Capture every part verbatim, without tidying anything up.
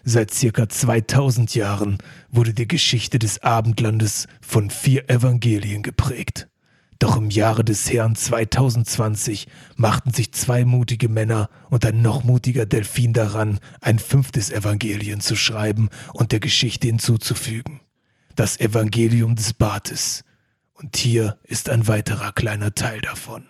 Seit circa zweitausend Jahren wurde die Geschichte des Abendlandes von vier Evangelien geprägt. Doch im Jahre des Herrn zweitausendzwanzig machten sich zwei mutige Männer und ein noch mutiger Delfin daran, ein fünftes Evangelium zu schreiben und der Geschichte hinzuzufügen. Das Evangelium des Bartes. Und hier ist ein weiterer kleiner Teil davon.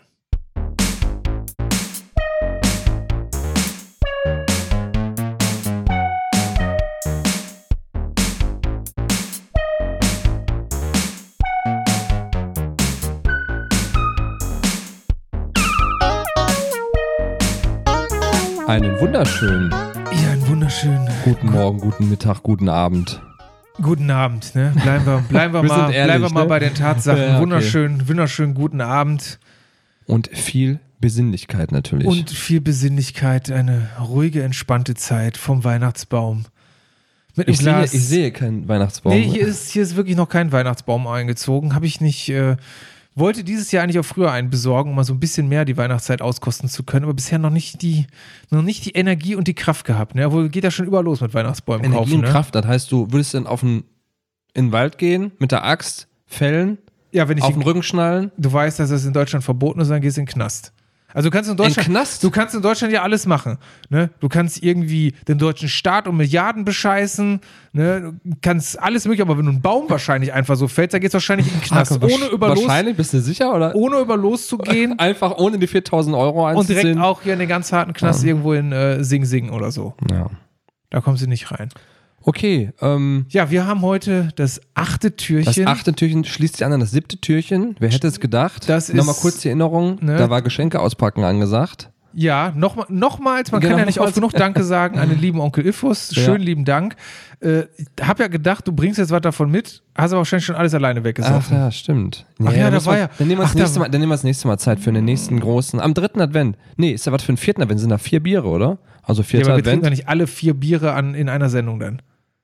Einen wunderschönen, Ja, einen wunderschönen guten Morgen, guten Mittag, guten Abend. guten Abend. Ne? Bleiben wir, bleiben wir, Wir mal, sind ehrlich, bleiben wir mal ne? bei den Tatsachen. Ja, okay. Wunderschönen, wunderschönen guten Abend. Und viel Besinnlichkeit natürlich. Und viel Besinnlichkeit, eine ruhige, entspannte Zeit vom Weihnachtsbaum. Mit einem ich, sehe, Glas. ich sehe keinen Weihnachtsbaum. Nee, hier ist, hier ist wirklich noch kein Weihnachtsbaum eingezogen. Habe ich nicht, äh, wollte dieses Jahr eigentlich auch früher einen besorgen, um mal so ein bisschen mehr die Weihnachtszeit auskosten zu können, aber bisher noch nicht die, noch nicht die Energie und die Kraft gehabt. Ne? Obwohl geht ja schon überall los mit Weihnachtsbäumen Energie kaufen. und Ne? Kraft, das heißt, du würdest dann auf den, in den Wald gehen, mit der Axt fällen, Ja, wenn ich auf in, den Rücken schnallen. du weißt, dass das in Deutschland verboten ist, dann gehst du in den Knast. Also du kannst in Deutschland, In Knast? du kannst in Deutschland ja alles machen. Ne? Du kannst irgendwie den deutschen Staat um Milliarden bescheißen, ne? Du kannst alles mögliche, aber wenn du ein Baum wahrscheinlich einfach so fällst, dann geht's wahrscheinlich in den Knast, Ah, ohne über los, Wahrscheinlich, bist du sicher? Oder? ohne über loszugehen Einfach ohne die viertausend Euro und direkt einzuziehen. auch hier in den ganz harten Knast Ja. irgendwo in äh, Sing Sing oder so. Ja. Da kommen sie nicht rein. Okay, ähm, Ja, wir haben heute das achte das Türchen. achte Türchen schließt sich an an das siebte Türchen. Wer hätte es gedacht? Das ist- Nochmal kurz die Erinnerung, ne? da war Geschenke auspacken angesagt. Ja, nochmal, nochmals, man Genau, kann ja nicht oft nochmals. genug Danke sagen an den lieben Onkel Iffus. Schönen Ja. lieben Dank. Äh, hab ja gedacht, du bringst jetzt was davon mit, hast aber wahrscheinlich schon alles alleine Ach weggesoffen. ja, stimmt. Ach ja, da muss war man- ja- Dann nehmen wir das ach, da nächste war- Mal, dann nehmen wir das nächste Mal Zeit für den nächsten großen, am dritten Advent. Nee, ist ja was für den vierten Advent, sind da vier Biere, oder? Also Ja, vierter aber wir trinken Advent. ja nicht alle vier Biere an, in einer Sendung dann.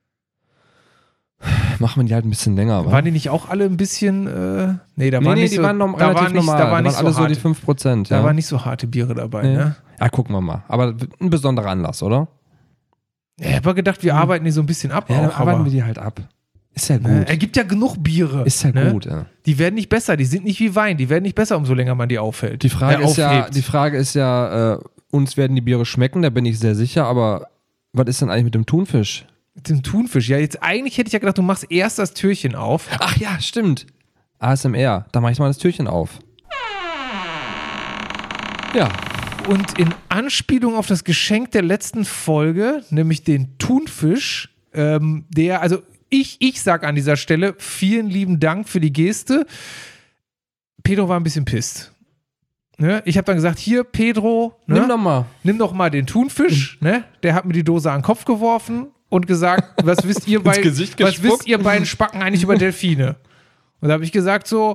Machen wir die halt ein bisschen länger, wa? Waren die nicht auch alle ein bisschen, äh, nee, da Nee, waren nee, nicht die so, waren noch da relativ waren nicht, normal. da waren die nicht waren alle so so die harte, fünf Prozent, ja. da waren nicht so harte Biere dabei, nee. ne? Ja, gucken wir mal. Aber ein besonderer Anlass, oder? Ja, ich hab mal gedacht, wir arbeiten die so ein bisschen ab. Ja, dann auch, arbeiten aber, wir die halt ab. Ist ja gut. ne? Er gibt ja genug Biere. Ist ja ne? gut, ja. Die werden nicht besser, die sind nicht wie Wein, die werden nicht besser, umso länger man die aufhält. Die Frage, äh, ist ja, aufhebt. die Frage ist ja, äh, uns werden die Biere schmecken, da bin ich sehr sicher, aber was ist denn eigentlich mit dem Thunfisch? Mit dem Thunfisch. Ja, jetzt eigentlich hätte ich ja gedacht, du machst erst das Türchen auf. Ach ja, stimmt. A S M R, da mache ich mal das Türchen auf. Ja, Und in Anspielung auf das Geschenk der letzten Folge, nämlich den Thunfisch, ähm, der, also ich, ich sag an dieser Stelle, vielen lieben Dank für die Geste. Pedro war ein bisschen pisst. Ne? Ich habe dann gesagt, hier, Pedro, ne? nimm doch mal. nimm doch mal den Thunfisch. Ne? Der hat mir die Dose an den Kopf geworfen und gesagt, was wisst ihr bei, Gesicht was gespuckt. wisst ihr beiden Spacken eigentlich über Delfine? Und da habe ich gesagt so,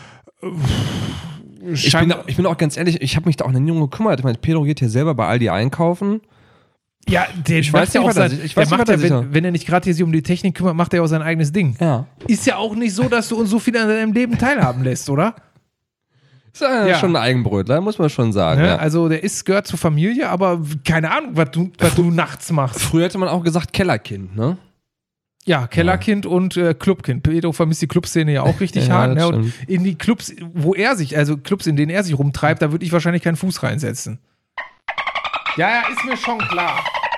Ich bin, auch- ich bin auch ganz ehrlich, ich habe mich da auch noch nie drum gekümmert. Ich meine, Pedro geht hier selber bei Aldi einkaufen. Ja, der Ich macht weiß ja nicht, auch was er sein, sich- ich der weiß nicht, macht was er ja, sich wenn, wenn er nicht gerade hier sich um die Technik kümmert, macht er ja auch sein eigenes Ding. Ja. Ist ja auch nicht so, dass du uns so viel an deinem Leben teilhaben lässt, oder? Ist ja, Ja. schon ein Eigenbrötler, muss man schon sagen. Ne? Ja. Also der ist, gehört zur Familie, aber keine Ahnung, was du, was du nachts machst. Früher hätte man auch gesagt Kellerkind, ne? Ja, Kellerkind und äh, Clubkind. Pedro vermisst die Clubszene ja auch richtig Ja, hart. das Ne? Und stimmt. in die Clubs, wo er sich, also Clubs, in denen er sich rumtreibt, da würde ich wahrscheinlich keinen Fuß reinsetzen. Ja, ja, ist mir schon klar.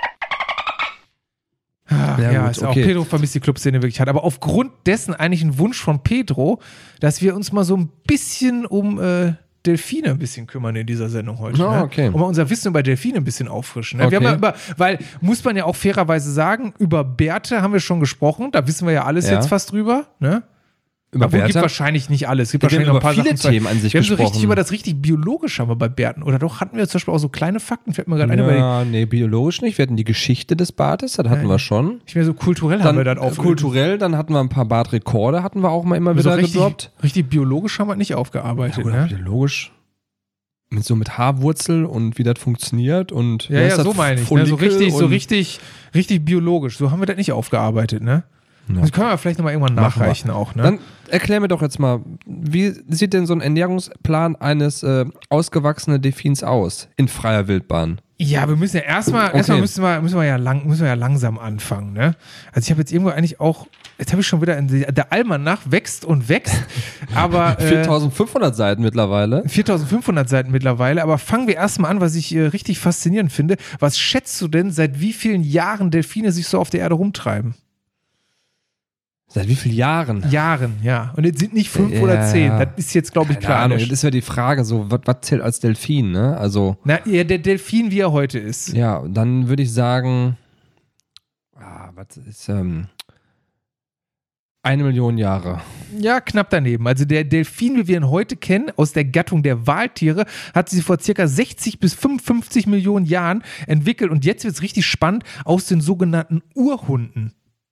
Ach, Ja, ja, gut, ist auch okay. Pedro vermisst die Clubszene wirklich hart. Aber aufgrund dessen eigentlich ein Wunsch von Pedro, dass wir uns mal so ein bisschen um äh, Delfine ein bisschen kümmern in dieser Sendung heute. Ah, ne? okay. Und mal unser Wissen über Delfine ein bisschen auffrischen. Ne? Wir Okay. haben ja über, weil, muss man ja auch fairerweise sagen, über Bärte haben wir schon gesprochen, da wissen wir ja alles Ja. jetzt fast drüber. Ne? Über Obwohl, gibt Bertha? wahrscheinlich nicht alles. Es gibt Wir wahrscheinlich haben noch ein paar über viele Sachen. Themen an sich wir haben so richtig gesprochen. über das richtig Biologische haben wir bei Bärten. Oder doch hatten wir zum Beispiel auch so kleine Fakten, fällt mir gerade ein. Über Ja, nee, biologisch nicht. Wir hatten die Geschichte des Bartes, das hatten Ja, wir schon. ich mir so kulturell Dann haben wir das auf. kulturell, dann hatten wir ein paar Bartrekorde, hatten wir auch mal immer so wieder richtig, gedroppt. richtig biologisch haben wir nicht aufgearbeitet. Oder ne? biologisch. Mit so mit Haarwurzel und wie das funktioniert und Ja, wie heißt ja, das? so meine ich. Ne? So Follikel richtig, so und- richtig, richtig biologisch. So haben wir das nicht aufgearbeitet, ne? Ja. Das können wir vielleicht nochmal irgendwann Machen wir. nachreichen auch, ne? Dann erklär mir doch jetzt mal, wie sieht denn so ein Ernährungsplan eines äh, ausgewachsenen Delfins aus in freier Wildbahn? Ja, wir müssen ja erstmal, Okay. erstmal müssen wir, müssen wir ja lang, müssen wir ja langsam anfangen, ne? Also ich habe jetzt irgendwo eigentlich auch, jetzt habe ich schon wieder, in die, der Almanach wächst und wächst, aber äh, viertausendfünfhundert Seiten mittlerweile. viertausendfünfhundert Seiten mittlerweile, aber fangen wir erstmal an, was ich äh, richtig faszinierend finde. Was schätzt du denn, seit wie vielen Jahren Delfine sich so auf der Erde rumtreiben? Seit wie vielen Jahren? Jahren, ja. Und jetzt sind nicht fünf Ja. oder zehn. Das ist jetzt, glaube ich, Keine klar. Ahnung, das ist ja die Frage, so, was, was zählt als Delfin, ne? Also, Na, ja, der Delfin, wie er heute ist. ja, dann würde ich sagen, ah, was ist, ähm, eine Million Jahre. Ja, knapp daneben. Also der Delfin, wie wir ihn heute kennen, aus der Gattung der Waltiere, hat sich vor circa sechzig bis fünfundfünfzig Millionen Jahren entwickelt. Und jetzt wird es richtig spannend, aus den sogenannten Urhunden.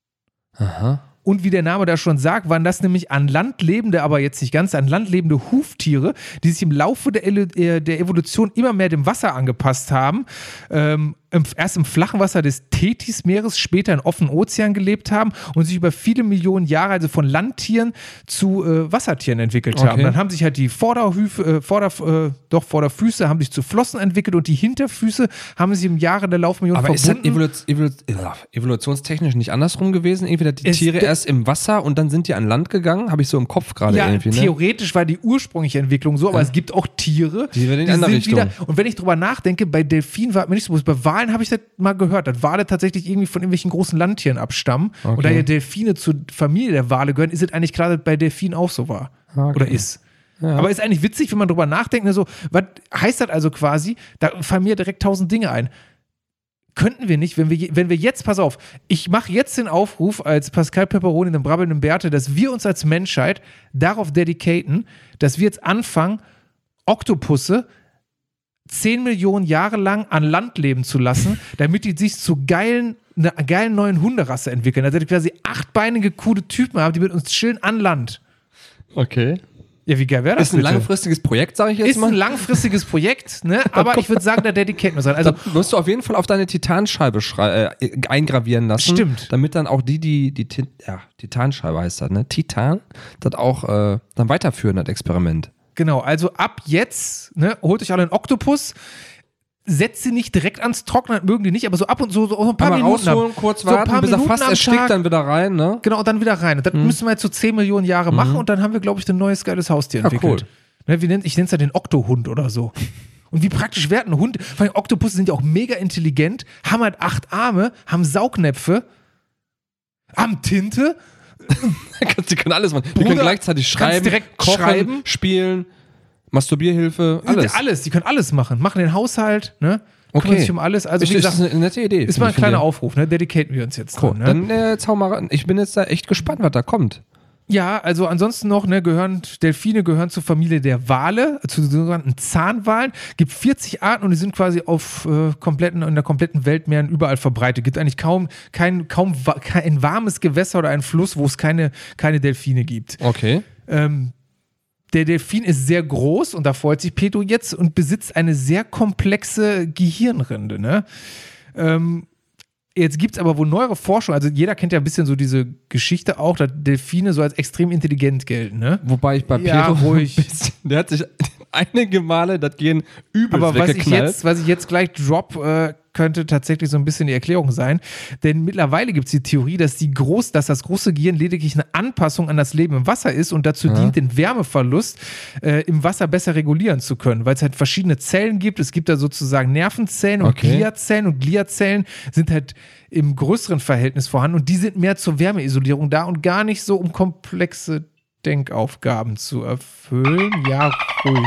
Aha. Und wie der Name da schon sagt, waren das nämlich an Land lebende, aber jetzt nicht ganz, an Land lebende Huftiere, die sich im Laufe der, Ele- äh, der Evolution immer mehr dem Wasser angepasst haben. Ähm, im, erst im flachen Wasser des Tethysmeeres, später in offenen Ozean gelebt haben und sich über viele Millionen Jahre also von Landtieren zu äh, Wassertieren entwickelt Okay. haben. Dann haben sich halt die Vorderhüfe, äh, Vorder, äh, doch Vorderfüße haben sich zu Flossen entwickelt und die Hinterfüße haben sich im Jahre der Laufmillionen Aber ist das verbunden. Evolu- Evolu- äh, evolutionstechnisch nicht andersrum gewesen? Irgendwie, dass die Es- Tiere erst im Wasser und dann sind die an Land gegangen? Habe ich so im Kopf gerade Ja, irgendwie, ne? theoretisch war die ursprüngliche Entwicklung so, aber es gibt auch Tiere, Die werden in die andere Richtung. und wenn ich drüber nachdenke, bei Delfinen war mir nicht so bewusst, bei Walen habe ich das mal gehört, dass Wale tatsächlich irgendwie von irgendwelchen großen Landtieren abstammen. Okay. Und da ja Delfine zur Familie der Wale gehören, ist es eigentlich klar, dass bei Delfinen auch so war. Okay. Oder ist. Ja. Aber ist eigentlich witzig, wenn man drüber nachdenkt, ne, so, was heißt das also quasi? Da fallen mir direkt tausend Dinge ein. Könnten wir nicht, wenn wir, je- wenn wir jetzt, pass auf, ich mache jetzt den Aufruf als Pascal Pepperoni, dem brabbelnden Bärte, dass wir uns als Menschheit darauf dedicaten, dass wir jetzt anfangen, Oktopusse zehn Millionen Jahre lang an Land leben zu lassen, damit die sich zu geilen, einer geilen neuen Hunderasse entwickeln. Also die quasi achtbeinige, coole Typen haben, die mit uns chillen an Land. Okay. Ja, wie geil wäre das Ist ein bitte? langfristiges Projekt, sage ich jetzt Ist mal. ein langfristiges Projekt, ne? Aber ich würde sagen, da dedicaten wir uns an. Also, Also wirst du auf jeden Fall auf deine Titanscheibe schrei- äh, eingravieren lassen. Stimmt. Damit dann auch die, die, die, Ti- ja, Titanscheibe heißt das, ne? Titan, das auch äh, dann weiterführen, das Experiment. genau, also ab jetzt, ne, holt euch alle einen Oktopus, setzt sie nicht direkt ans Trocknen, mögen die nicht, aber so ab und zu so ein paar Aber Minuten. rausholen, am- kurz so ein warten, paar bis er Minuten fast am erstickt, Tag. dann wieder rein, ne? Genau, und dann wieder rein. Und das müssen wir jetzt so zehn Millionen Jahre machen und dann haben wir, glaube ich, ein neues geiles Haustier Ja, entwickelt. cool. Ne, wie nennt, ich nenne es ja den Oktohund oder so. Und wie praktisch wäre ein Hund? Vor allem Oktopusse sind ja auch mega intelligent, haben halt acht Arme, haben Saugnäpfe, haben Tinte. Die können alles machen. Die Bruder, können gleichzeitig kannst schreiben, direkt kochen, schreiben. spielen, Masturbierhilfe, alles. Alles, die können alles machen. Machen den Haushalt, ne? Kümmern Okay. sich um alles. Also, Ist- wie ist gesagt, eine nette Idee. ist mal ein finde ich, kleiner von dir. Aufruf, ne? Dedicaten wir uns jetzt Cool. dran, ne? Dann äh, jetzt hau mal ran. Ich bin jetzt da echt gespannt, was da kommt. Ja, also ansonsten noch, ne, gehören, Delfine gehören zur Familie der Wale, zu den sogenannten Zahnwalen. Gibt vierzig Arten und die sind quasi auf äh, kompletten, in der kompletten Weltmeeren überall verbreitet. Gibt eigentlich kaum, kein, kaum wa- kein warmes Gewässer oder einen Fluss, wo es keine, keine Delfine gibt. Okay. Ähm, der Delfin ist sehr groß und da freut sich Pedro jetzt und besitzt eine sehr komplexe Gehirnrinde. Ne? Ähm, jetzt gibt es aber wohl neuere Forschung, also jeder kennt ja ein bisschen so diese Geschichte auch, dass Delfine so als extrem intelligent gelten. Ne? Wobei ich bei Ja, Pedro ruhig. ein bisschen, der hat sich einige Male das Gehen übelst Aber was ich, weggeknallt. jetzt, was ich jetzt gleich drop, äh, könnte tatsächlich so ein bisschen die Erklärung sein. Denn mittlerweile gibt es die Theorie, dass, die groß, dass das große Gehirn lediglich eine Anpassung an das Leben im Wasser ist und dazu Ja. dient, den Wärmeverlust äh, im Wasser besser regulieren zu können. Weil es halt verschiedene Zellen gibt. Es gibt da sozusagen Nervenzellen und Okay. Gliazellen. Und Gliazellen sind halt im größeren Verhältnis vorhanden. Und die sind mehr zur Wärmeisolierung da und gar nicht so, um komplexe Denkaufgaben zu erfüllen. Ja, ruhig.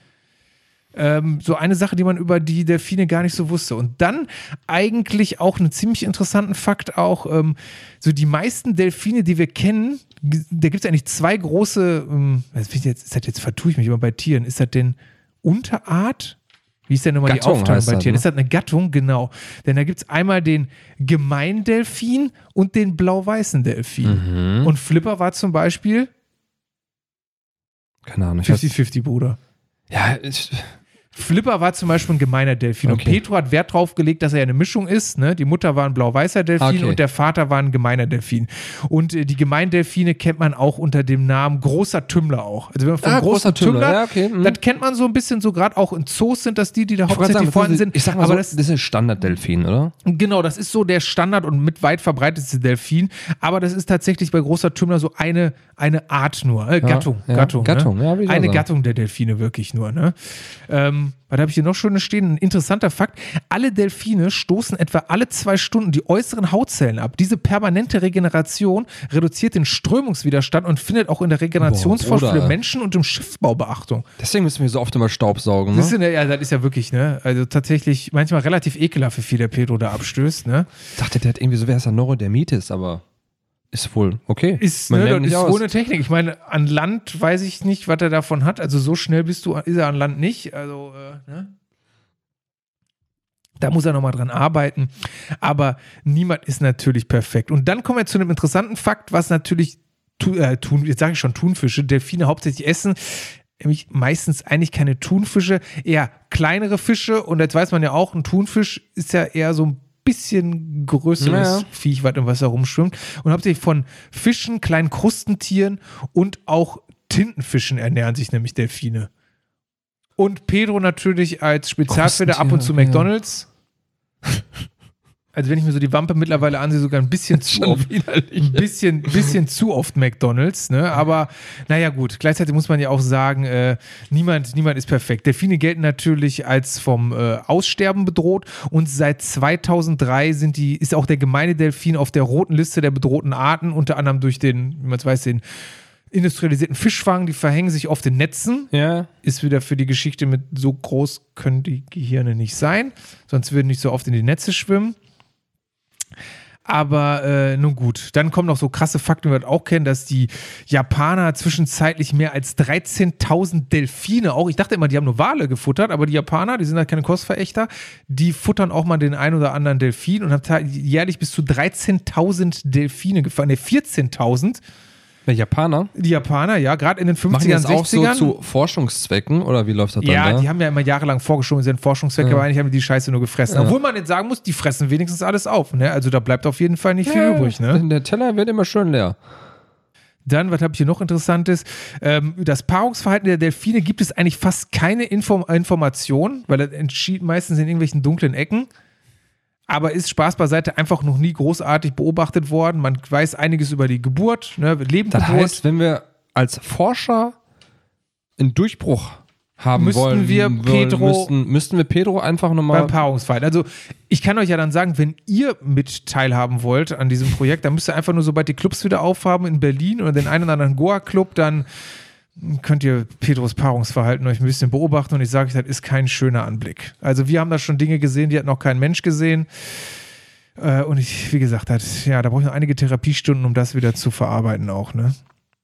Ähm, so eine Sache, die man über die Delfine gar nicht so wusste. Und dann eigentlich auch einen ziemlich interessanten Fakt auch, ähm, so die meisten Delfine, die wir kennen, g- da gibt es eigentlich zwei große, ähm, was bin ich jetzt, ist das jetzt vertue ich mich immer bei Tieren, ist das denn Unterart? Wie ist denn nochmal die Gattung Aufteilung heißt bei das, Tieren? ne? Ist das eine Gattung? Genau. Denn da gibt es einmal den Gemeindelfin und den blau-weißen Delfin. Mhm. Und Flipper war zum Beispiel Keine Ahnung. Ich weiß, fünfzig fünfzig, Bruder. ja, ich, Flipper war zum Beispiel ein gemeiner Delfin. Okay. Und Petro hat Wert drauf gelegt, dass er eine Mischung ist. Ne? Die Mutter war ein blau-weißer Delfin Okay. und der Vater war ein gemeiner Delfin. Und äh, die gemeinen Delfine kennt man auch unter dem Namen großer Tümmler auch. Also wenn man von Ah, großer großer Tümmler, Tümmler, ja, okay, mhm. das kennt man so ein bisschen so, gerade auch in Zoos sind das die, die da Ich wollte hauptsächlich sagen, vorhanden das ist- sind. Ich sag mal Aber so, das, das ist ein Standarddelfin, oder? Genau, das ist so der Standard und mit weit verbreitetste Delfin. Aber das ist tatsächlich bei großer Tümmler so eine, eine Art nur. Äh, Gattung. ja. Gattung, Gattung, ne? ja, würde ich auch Eine sagen. Gattung der Delfine wirklich nur. Ne? Ähm, was habe ich hier noch Schönes stehen? Ein interessanter Fakt. Alle Delfine stoßen etwa alle zwei Stunden die äußeren Hautzellen ab. Diese permanente Regeneration reduziert den Strömungswiderstand und findet auch in der Regenerationsforschung Boah, Bruder. für Menschen und im Schiffsbau Beachtung. Deswegen müssen wir so oft immer Staubsaugen, Das ist, ne? ja, ja, das ist ja wirklich, ne? Also tatsächlich manchmal relativ ekelhaft, wie viel der Pedro da abstößt, ne? Ich dachte, der hat irgendwie so, wer ist der Neurodermitis, aber ist wohl okay. Ist, Man ne, lernt das nicht ist aus. wohl eine Technik. Ich meine, an Land weiß ich nicht, was er davon hat. Also so schnell bist du, ist er an Land nicht. Also, äh, ne? Da muss er nochmal dran arbeiten. Aber niemand ist natürlich perfekt. Und dann kommen wir zu einem interessanten Fakt, was natürlich, tu, äh, tun, jetzt sage ich schon Thunfische, Delfine hauptsächlich essen. Nämlich meistens eigentlich keine Thunfische, eher kleinere Fische. Und jetzt weiß man ja auch, ein Thunfisch ist ja eher so ein bisschen größeres Naja. Viech, was im Wasser rumschwimmt. Und hauptsächlich von Fischen, kleinen Krustentieren und auch Tintenfischen ernähren sich nämlich Delfine. Und Pedro natürlich als Spezialfälle ab und zu Krustentiere, McDonalds. Also wenn ich mir so die Wampe mittlerweile ansehe, sogar ein bisschen zu oft, ein bisschen, bisschen zu oft McDonalds, ne? Aber naja gut, gleichzeitig muss man ja auch sagen, äh, niemand, niemand ist perfekt. Delfine gelten natürlich als vom äh, Aussterben bedroht und seit zweitausenddrei sind die, ist auch der gemeine Delfin auf der roten Liste der bedrohten Arten, unter anderem durch den, wie man es weiß, den industrialisierten Fischfang, die verhängen sich oft in Netzen. Ja. Ist wieder für die Geschichte mit so groß können die Gehirne nicht sein, sonst würden nicht so oft in die Netze schwimmen. Aber äh, nun gut, dann kommen noch so krasse Fakten, die wir auch kennen, dass die Japaner zwischenzeitlich mehr als dreizehntausend Delfine auch, ich dachte immer, die haben nur Wale gefuttert, aber die Japaner, die sind halt keine Kostverächter, die futtern auch mal den ein oder anderen Delfin und haben jährlich bis zu dreizehntausend Delfine gefangen, ne, vierzehntausend. Der Japaner? Die Japaner, ja, gerade in den Machen die fünfzigern, das auch so sechzigern. zu Forschungszwecken oder wie läuft das dann Ja, da? die haben ja immer jahrelang vorgeschoben, sie sind Forschungszwecke, Ja. aber eigentlich haben die die Scheiße nur gefressen. Ja. Obwohl man jetzt sagen muss, die fressen wenigstens alles auf. Ne? Also da bleibt auf jeden Fall nicht viel Ja, übrig. Ne? Der Teller wird immer schön leer. Dann, was habe ich hier noch Interessantes? Ähm, das Paarungsverhalten der Delfine gibt es eigentlich fast keine Inform Information, weil das entschied meistens in irgendwelchen dunklen Ecken. Aber ist Spaß beiseite einfach noch nie großartig beobachtet worden. Man weiß einiges über die Geburt, ne? Lebendgeburt. Das heißt, wenn wir als Forscher einen Durchbruch haben Müssten wollen, wir wollen, Pedro- müssten, müssten wir Pedro einfach nochmal. beim Paarungsverhalten. Also ich kann euch ja dann sagen, wenn ihr mit teilhaben wollt an diesem Projekt, dann müsst ihr einfach nur, sobald die Clubs wieder aufhaben in Berlin oder den einen oder anderen Goa-Club, dann könnt ihr Pedros Paarungsverhalten euch ein bisschen beobachten und ich sage euch, das ist kein schöner Anblick. Also wir haben da schon Dinge gesehen, die hat noch kein Mensch gesehen. Äh, und ich, wie gesagt, das, ja, da brauche ich noch einige Therapiestunden, um das wieder zu verarbeiten auch, ne?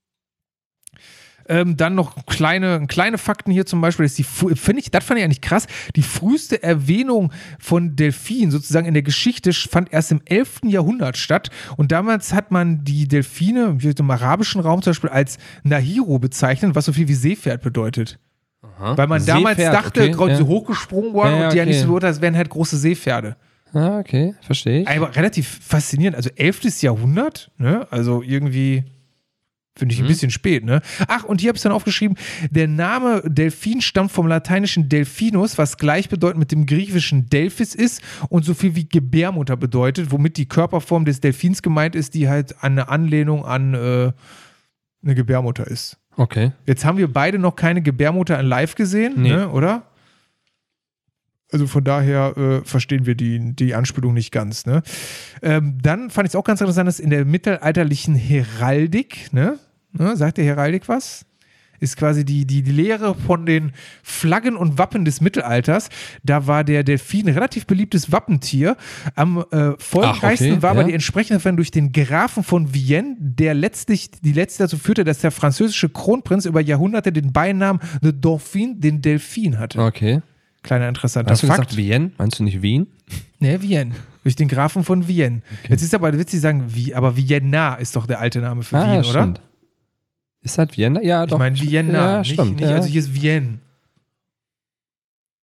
Ähm, dann noch kleine, kleine Fakten hier zum Beispiel, dass die, finde ich, das fand ich eigentlich krass, die früheste Erwähnung von Delfinen sozusagen in der Geschichte fand erst im elften Jahrhundert statt und damals hat man die Delfine im arabischen Raum zum Beispiel als Nahiro bezeichnet, was so viel wie Seepferd bedeutet. Aha. Weil man damals Seepferd, dachte, okay, gerade ja. so hochgesprungen waren Ja, ja, und die ja nicht okay. so beurteilt, das wären halt große Seepferde. Ah, okay, verstehe ich. Aber relativ faszinierend, also elftes Jahrhundert, ne? Also irgendwie finde ich ein Mhm. bisschen spät, ne? Ach, und hier habe ich dann aufgeschrieben, der Name Delfin stammt vom lateinischen Delphinus, was gleichbedeutend mit dem griechischen Delphis ist und so viel wie Gebärmutter bedeutet, womit die Körperform des Delfins gemeint ist, die halt eine Anlehnung an äh, eine Gebärmutter ist. Okay. Jetzt haben wir beide noch keine Gebärmutter in live gesehen, Nee. ne, oder? Also von daher äh, verstehen wir die, die Anspielung nicht ganz. Ne? Ähm, dann fand ich es auch ganz interessant, dass in der mittelalterlichen Heraldik, ne? Ne, sagt der Heraldik was? Ist quasi die, die, die Lehre von den Flaggen und Wappen des Mittelalters. Da war der Delfin ein relativ beliebtes Wappentier. Am äh, folgenreichsten Ach, okay, war aber ja. die entsprechende Verwendung durch den Grafen von Vienne, der letztlich die letzte dazu führte, dass der französische Kronprinz über Jahrhunderte den Beinamen Le Dauphin, den Delphin hatte. Okay. Kleiner interessanter Hast du Fakt. gesagt Vienne? Meinst du nicht Wien? Ne, Vienne. Durch den Grafen von Vienne. Okay. Jetzt ist aber witzig sagen, wie, aber Vienna ist doch der alte Name für Wien, oder? stimmt. Ist das Vienna? Ja, Ich doch. meine Vienna. Ja, nicht, stimmt. nicht, ja. Also hier ist Vienne.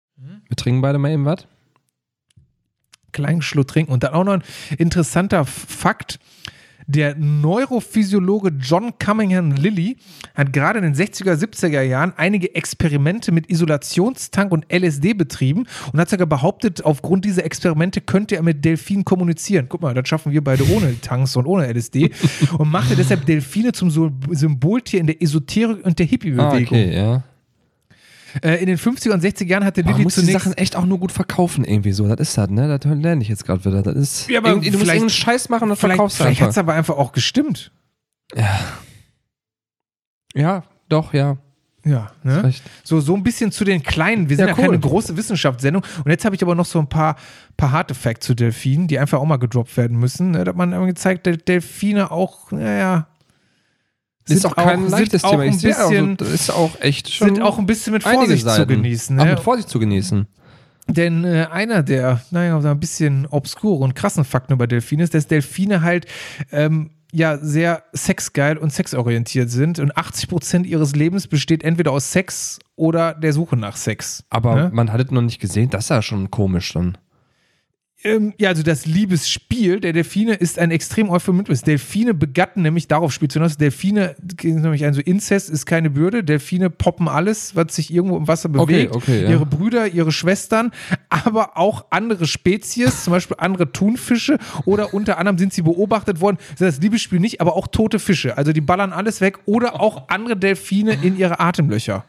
Wir trinken beide mal eben was. Kleinen Schluck trinken. Und dann auch noch ein interessanter Fakt. Der Neurophysiologe John Cunningham Lilly hat gerade in den sechziger, siebziger Jahren einige Experimente mit Isolationstank und L S D betrieben und hat sogar behauptet, aufgrund dieser Experimente könnte er mit Delfinen kommunizieren. Guck mal, das schaffen wir beide ohne Tanks und ohne L S D und machte deshalb Delfine zum Symboltier in der Esoterik und der Hippie-Bewegung. Ah, okay, ja. Äh, in den fünfziger und sechziger Jahren hatte Lilly Man muss die zunächst... Sachen echt auch nur gut verkaufen irgendwie so. Das ist das, ne? Das lerne ich jetzt gerade wieder. Das ist... Ja, aber irgendwie, du musst vielleicht- irgendeinen Scheiß machen und Vielleicht, verkaufst vielleicht hat einfach. es aber einfach auch gestimmt. Ja. Ja, doch, ja. Ja, ne? Recht. So, so ein bisschen zu den kleinen. Wir sind Ja, ja, cool. keine große Wissenschaftssendung. Und jetzt habe ich aber noch so ein paar, paar harte Facts zu Delfinen, die einfach auch mal gedroppt werden müssen. Ne? Da hat man irgendwie gezeigt, dass Delfine auch, naja, Ist auch kein leichtes auch Thema. ein Ich sehe also, bisschen, das ist auch echt schon sind auch ein bisschen mit einige Vorsicht zu Seiten. genießen. Auch Ne? mit Vorsicht zu genießen. Denn äh, einer der, naja, so ein bisschen obskuren und krassen Fakten über Delfine ist, dass Delfine halt ähm, ja sehr sexgeil und sexorientiert sind und achtzig Prozent ihres Lebens besteht entweder aus Sex oder der Suche nach Sex. Aber ne? man hat es noch nicht gesehen. Das ist ja schon komisch dann. Ähm, ja, also das Liebesspiel der Delfine ist ein extrem Euphemismus. Delfine begatten nämlich, darauf spielt zu hinaus, Delfine, nämlich ein so Inzest ist keine Bürde, Delfine poppen alles, was sich irgendwo im Wasser bewegt. Okay, okay, ja. Ihre Brüder, ihre Schwestern, aber auch andere Spezies, zum Beispiel andere Thunfische oder unter anderem sind sie beobachtet worden, das Liebesspiel nicht, aber auch tote Fische. Also die ballern alles weg oder auch andere Delfine in ihre Atemlöcher.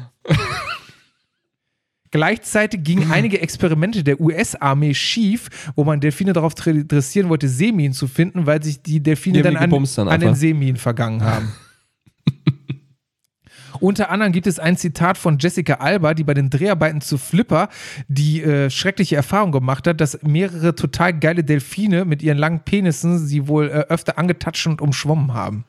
Gleichzeitig gingen einige Experimente der U S-Armee schief, wo man Delfine darauf dressieren wollte, Seeminen zu finden, weil sich die Delfine Die dann haben an, die gebumst dann an den einfach. Seeminen vergangen haben. Unter anderem gibt es ein Zitat von Jessica Alba, die bei den Dreharbeiten zu Flipper die äh, schreckliche Erfahrung gemacht hat, dass mehrere total geile Delfine mit ihren langen Penissen sie wohl äh, öfter angetatscht und umschwommen haben.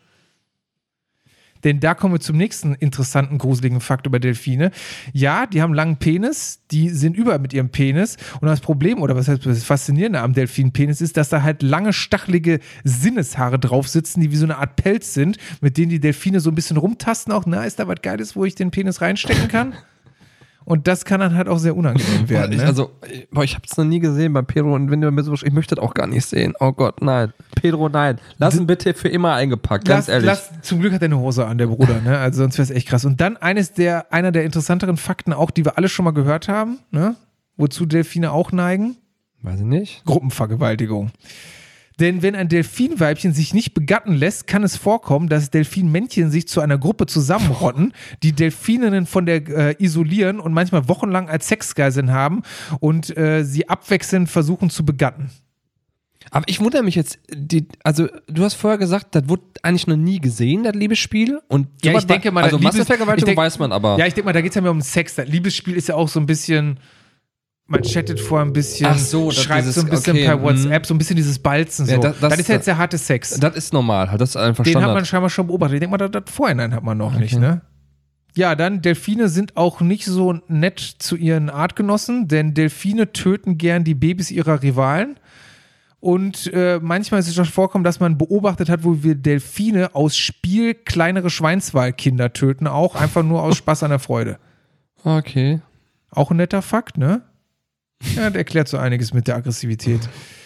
Denn da kommen wir zum nächsten interessanten, gruseligen Fakt über Delfine. Ja, die haben einen langen Penis, die sind überall mit ihrem Penis. Und das Problem, oder was heißt das Faszinierende am Delfinpenis ist, dass da halt lange, stachelige Sinneshaare drauf sitzen, die wie so eine Art Pelz sind, mit denen die Delfine so ein bisschen rumtasten. Auch, na, ist da was Geiles, wo ich den Penis reinstecken kann? Und das kann dann halt auch sehr unangenehm werden. Ich, Ne? also, boah, ich habe es noch nie gesehen bei Pedro und wenn du mir so, ich möchte das auch gar nicht sehen. Oh Gott, nein. Pedro, nein. Lass ihn bitte für immer eingepackt, ganz lass, ehrlich. Lass, zum Glück hat er eine Hose an, der Bruder, ne? Also sonst wäre es echt krass. Und dann eines der, einer der interessanteren Fakten auch, die wir alle schon mal gehört haben, ne? Wozu Delfine auch neigen. Weiß ich nicht. Gruppenvergewaltigung. Denn wenn ein Delfinweibchen sich nicht begatten lässt, kann es vorkommen, dass Delfinmännchen sich zu einer Gruppe zusammenrotten, die Delfininnen von der äh, isolieren und manchmal wochenlang als Sexgeiseln haben und äh, sie abwechselnd versuchen zu begatten. Aber ich wundere mich jetzt, die, also du hast vorher gesagt, das wurde eigentlich noch nie gesehen, das Liebesspiel. Und Ja, sowas ich denke mal, bei, also das Liebes- Massenvergewaltigung ich denk- weiß man aber. Ja, ich denke mal, da geht es ja mehr um Sex. Das Liebesspiel ist ja auch so ein bisschen, man chattet vorher ein bisschen, Ach so, das schreibt dieses- so ein bisschen okay, per hm. WhatsApp, so ein bisschen dieses Balzen. So. Ja, das- das, das- ist ja jetzt der harte Sex. Das ist normal, das ist einfach Den Standard. hat man scheinbar schon beobachtet. Ich denke mal, das, das Vorhinein hat man noch Okay. nicht, ne? Ja, dann, Delfine sind auch nicht so nett zu ihren Artgenossen, denn Delfine töten gern die Babys ihrer Rivalen. Und äh, manchmal ist es schon vorkommen, dass man beobachtet hat, wo wir Delfine aus Spiel kleinere Schweinswalkinder töten, auch einfach nur aus Spaß an der Freude. Okay. Auch ein netter Fakt, ne? Ja, das erklärt so einiges mit der Aggressivität.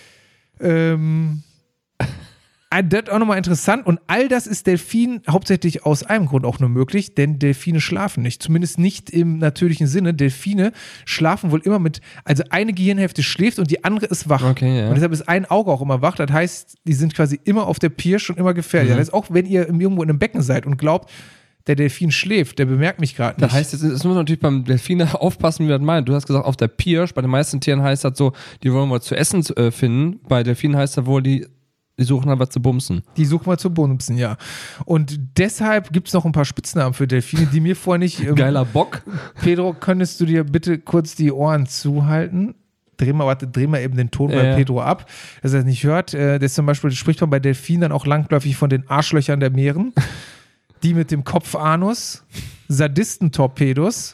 Ähm, ah, das ist auch nochmal interessant. Und all das ist Delfinen hauptsächlich aus einem Grund auch nur möglich, denn Delfine schlafen nicht. Zumindest nicht im natürlichen Sinne. Delfine schlafen wohl immer mit, also eine Gehirnhälfte schläft und die andere ist wach. Okay, ja. Und deshalb ist ein Auge auch immer wach. Das heißt, die sind quasi immer auf der Pirsch und immer gefährlich. Mhm. Das heißt, auch wenn ihr irgendwo in einem Becken seid und glaubt, der Delfin schläft, der bemerkt mich gerade nicht. Das heißt, jetzt, jetzt muss man natürlich beim Delfin aufpassen, wie man das meint. Du hast gesagt, auf der Pirsch, bei den meisten Tieren heißt das so, die wollen was zu essen äh, finden. Bei Delfinen heißt das wohl, die, die suchen halt was zu bumsen. Die suchen wir zu bumsen, ja. Und deshalb gibt es noch ein paar Spitznamen für Delfine, die mir vorher nicht... Ähm, Geiler Bock. Pedro, könntest du dir bitte kurz die Ohren zuhalten? Dreh mal, warte, dreh mal eben den Ton Ja, bei ja. Pedro ab, dass er es nicht hört. Äh, das zum Beispiel spricht man bei Delfinen dann auch langläufig von den Arschlöchern der Meeren. Die mit dem Kopfanus, Sadistentorpedos,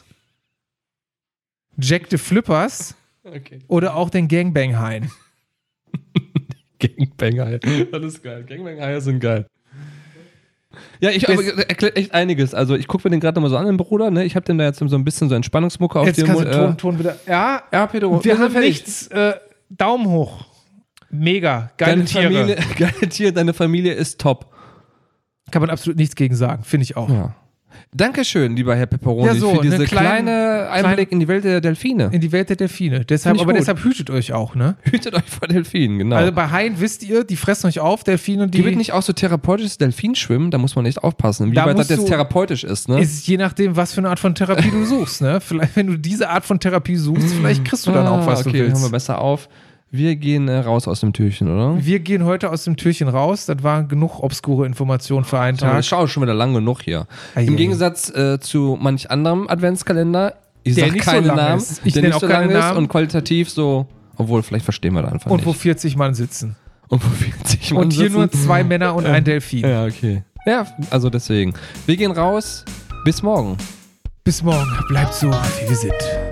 Jack the Flippers Okay. oder auch den Gangbang-Haien. Gangbang-Haie. Das ist geil. Gangbang-Haie sind geil. Ja, ich aber erklärt echt einiges. Also ich gucke mir den gerade nochmal so an, den Bruder. Ne? Ich habe den da jetzt so ein bisschen so Entspannungsmucke auf Jetzt dem kannst du äh, Ton, Ton wieder. Ja, ja, Pedro. wir haben fertig. nichts. Äh, Daumen hoch. Mega. Geile Deine Tiere. Familie, geile Tiere, deine Familie ist top. Kann man absolut nichts gegen sagen, finde ich auch. Ja. Dankeschön, lieber Herr Pepperoni, Ja, so, für diese eine kleine, kleine Einblick klein, in die Welt der Delfine. In die Welt der Delfine. Deshalb, ich aber gut. deshalb hütet euch auch, ne? Hütet euch vor Delfinen, genau. Also bei Haien wisst ihr, die fressen euch auf, Delfine und die. Gibt nicht auch so therapeutisches Delfinschwimmen? Da muss man echt aufpassen, wie Da weit das musst jetzt du- therapeutisch ist, ne? Ist je nachdem, was für eine Art von Therapie du suchst, ne? Vielleicht, wenn du diese Art von Therapie suchst, vielleicht kriegst du dann auch, was okay, du hören wir willst. besser auf. Wir gehen äh, raus aus dem Türchen, oder? Wir gehen heute aus dem Türchen raus. Das waren genug obskure Informationen für einen Aber Tag. das schaue schon wieder lang genug hier. Ei, Im ei. Gegensatz äh, zu manch anderem Adventskalender, ich Der sag nicht so keine lang Namen, ist. Ich der nenn nicht auch so keine lang ist Namen. und qualitativ so, obwohl vielleicht verstehen wir da einfach Und wo nicht. vierzig Mann sitzen. Und wo vierzig Mann Und hier sitzen. nur zwei Männer und ein Delfin. Ja, okay. Ja, also deswegen. Wir gehen raus. Bis morgen. Bis morgen. Bleibt so, wie wir sind.